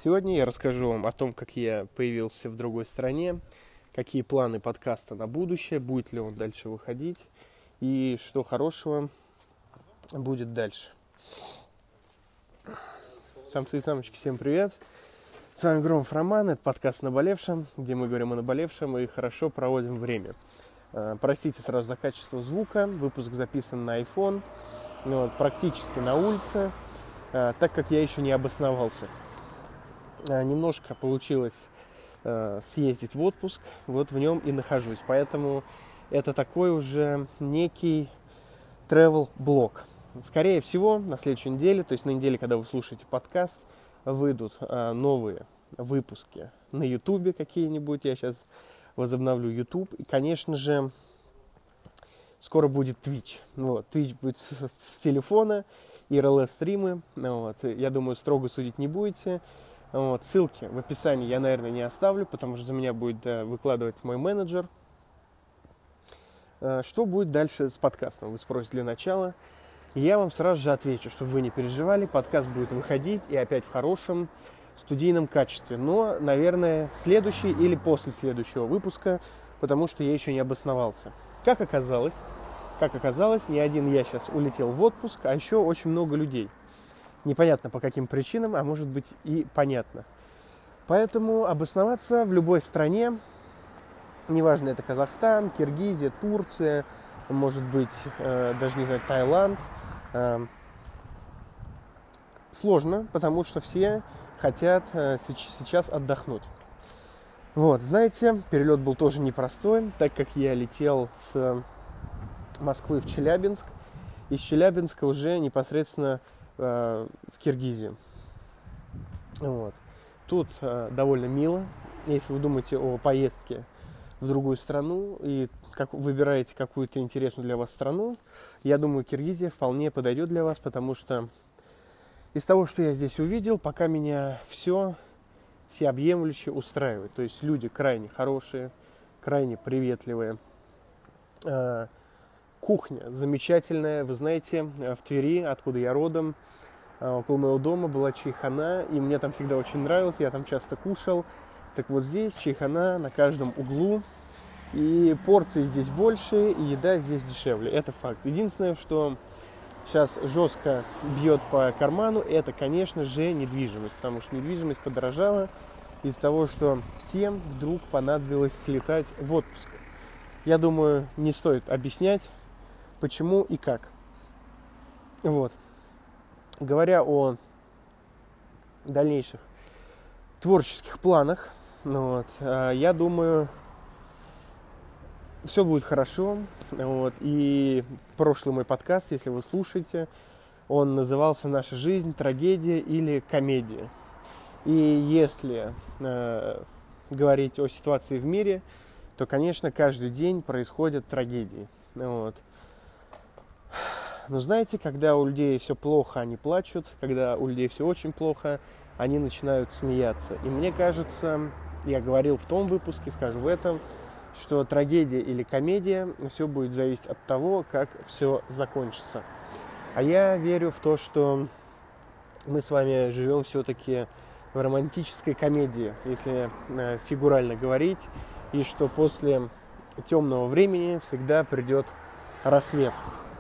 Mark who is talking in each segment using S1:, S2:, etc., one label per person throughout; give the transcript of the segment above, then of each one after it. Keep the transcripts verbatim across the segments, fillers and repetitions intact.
S1: Сегодня я расскажу вам о том, как я появился в другой стране, какие планы подкаста на будущее, будет ли он дальше выходить и что хорошего будет дальше. Самцы и самочки, всем привет! С вами Громов Роман, это подкаст «Наболевшем», где мы говорим о наболевшем и хорошо проводим время. Простите сразу за качество звука, выпуск записан на iPhone, вот, практически на улице, так как я еще не обосновался. Немножко получилось съездить в отпуск, вот в нем и нахожусь, поэтому это такой уже некий travel-блог. Скорее всего, на следующей неделе, то есть на неделе, когда вы слушаете подкаст, выйдут новые выпуски на YouTube какие-нибудь. Я сейчас возобновлю YouTube. И, конечно же, скоро будет Twitch. Вот, Twitch будет с, с телефона, ай эр эл-стримы. Вот, я думаю, строго судить не будете. Вот, ссылки в описании я, наверное, не оставлю, потому что за меня будет да, выкладывать мой менеджер. Что будет дальше с подкастом? Вы спросите для начала. Я вам сразу же отвечу, чтобы вы не переживали. Подкаст будет выходить и опять в хорошем студийном качестве. Но, наверное, в следующий или после следующего выпуска, потому что я еще не обосновался. Как оказалось, как оказалось, не один я сейчас улетел в отпуск, а еще очень много людей. Непонятно по каким причинам, а может быть и понятно. Поэтому обосноваться в любой стране, неважно, это Казахстан, Киргизия, Турция, может быть, э, даже не знаю, Таиланд, э, сложно, потому что все хотят э, сейчас отдохнуть. Вот, знаете, перелет был тоже непростой, так как я летел с Москвы в Челябинск, из Челябинска уже непосредственно в Киргизию. Вот. Тут э, довольно мило. Если вы думаете о поездке в другую страну и как, выбираете какую-то интересную для вас страну, я думаю, Киргизия вполне подойдет для вас, потому что из того, что я здесь увидел, пока меня все всеобъемлюще устраивает. То есть люди крайне хорошие, крайне приветливые. Э, Кухня замечательная. Вы знаете, в Твери, откуда я родом, около моего дома была чайхана, и мне там всегда очень нравилось, я там часто кушал. Так вот здесь чайхана на каждом углу, и порции здесь больше, и еда здесь дешевле. Это факт. Единственное, что сейчас жестко бьет по карману, это, конечно же, недвижимость, потому что недвижимость подорожала из-за того, что всем вдруг понадобилось слетать в отпуск. Я думаю, не стоит объяснять, почему и как. Вот. Говоря о дальнейших творческих планах, ну вот, я думаю, все будет хорошо. Вот. И прошлый мой подкаст, если вы слушаете, он назывался «Наша жизнь. Трагедия или комедия». И если э, говорить о ситуации в мире, то, конечно, каждый день происходят трагедии. Вот. Но знаете, когда у людей все плохо, они плачут, когда у людей все очень плохо, они начинают смеяться. И мне кажется, я говорил в том выпуске, скажу в этом, что трагедия или комедия, все будет зависеть от того, как все закончится. А я верю в то, что мы с вами живем все-таки в романтической комедии, если фигурально говорить, и что после темного времени всегда придет рассвет.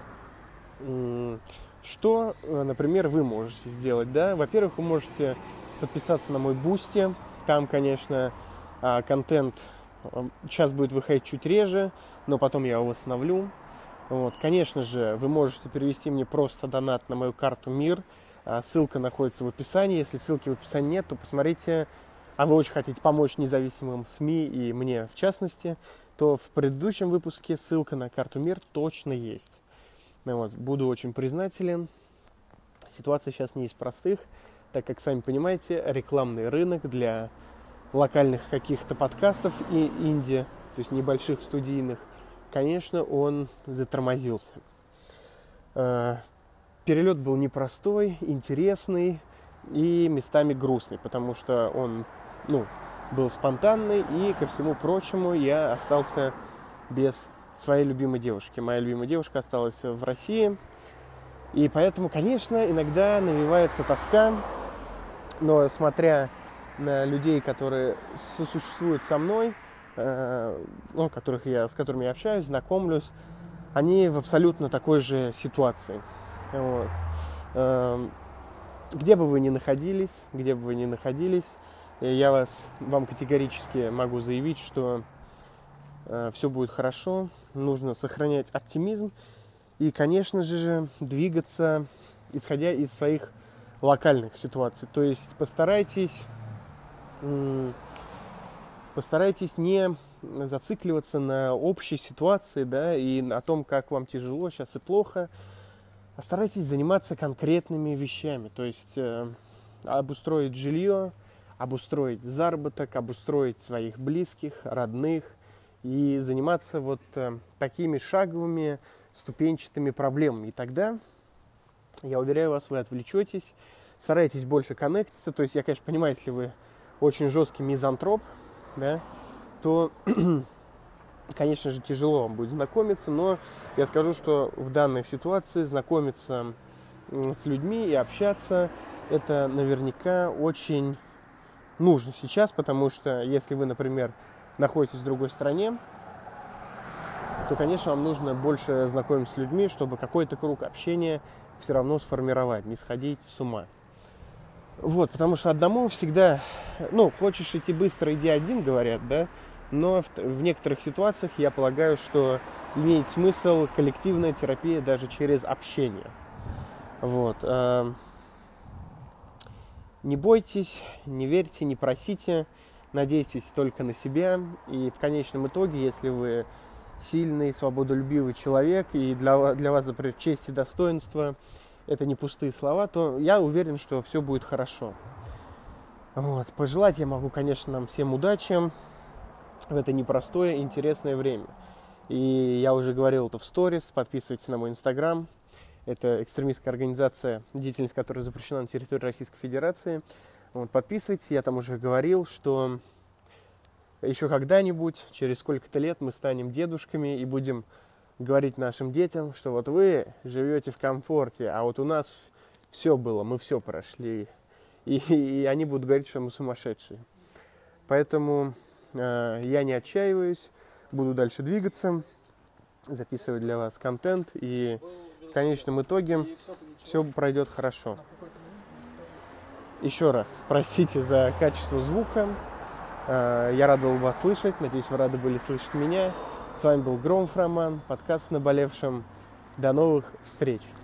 S1: Что, например, вы можете сделать, да? Во-первых, вы можете подписаться на мой Boosty. Там, конечно, контент сейчас будет выходить чуть реже, но потом я его восстановлю. Вот. Конечно же, вы можете перевести мне просто донат на мою карту МИР. Ссылка находится в описании. Если ссылки в описании нет, то посмотрите. А вы очень хотите помочь независимым СМИ и мне в частности, то в предыдущем выпуске ссылка на карту МИР точно есть. Вот, буду очень признателен. Ситуация сейчас не из простых, так как, сами понимаете, рекламный рынок для локальных каких-то подкастов и инди, то есть небольших студийных, конечно, он затормозился. Перелет был непростой, интересный и местами грустный, потому что он ну, был спонтанный, и, ко всему прочему, я остался без своей любимой девушки. Моя любимая девушка осталась в России. И поэтому, конечно, иногда навевается тоска. Но смотря на людей, которые сосуществуют со мной, ну, которых я, с которыми я общаюсь, знакомлюсь, они в абсолютно такой же ситуации. Вот. Где бы вы ни находились, где бы вы ни находились, я вас, вам категорически могу заявить, что э, все будет хорошо, нужно сохранять оптимизм и, конечно же, двигаться, исходя из своих локальных ситуаций. То есть постарайтесь, м- постарайтесь не зацикливаться на общей ситуации, да, и на том, как вам тяжело сейчас и плохо, а старайтесь заниматься конкретными вещами, то есть э, обустроить жилье, обустроить заработок, обустроить своих близких, родных и заниматься вот э, такими шаговыми, ступенчатыми проблемами. И тогда, я уверяю вас, вы отвлечетесь, старайтесь больше коннектиться. То есть я, конечно, понимаю, если вы очень жесткий мизантроп, да, то... конечно же, тяжело вам будет знакомиться, но я скажу, что в данной ситуации знакомиться с людьми и общаться, это наверняка очень нужно сейчас, потому что если вы, например, находитесь в другой стране, то, конечно, вам нужно больше знакомиться с людьми, чтобы какой-то круг общения все равно сформировать, не сходить с ума. Вот, потому что одному всегда, ну, хочешь идти быстро, иди один, говорят, да, но в, в некоторых ситуациях я полагаю, что имеет смысл коллективная терапия даже через общение. Вот. Не бойтесь, не верьте, не просите, надейтесь только на себя. И в конечном итоге, если вы сильный, свободолюбивый человек, и для, для вас, например, честь и достоинство – это не пустые слова, то я уверен, что все будет хорошо. Вот. Пожелать я могу, конечно, нам всем удачи в это непростое, интересное время. И я уже говорил это в сторис, подписывайтесь на мой инстаграм. Это экстремистская организация, деятельность которой запрещена на территории Российской Федерации. Вот, подписывайтесь, я там уже говорил, что еще когда-нибудь, через сколько-то лет мы станем дедушками и будем говорить нашим детям, что вот вы живете в комфорте, а вот у нас все было, мы все прошли. И, и они будут говорить, что мы сумасшедшие. Поэтому... я не отчаиваюсь, буду дальше двигаться, записывать для вас контент, и в конечном итоге все пройдет хорошо. Еще раз, простите за качество звука, я рад был вас слышать, надеюсь, вы рады были слышать меня. С вами был Громов Роман, подкаст «Наболевшем». До новых встреч!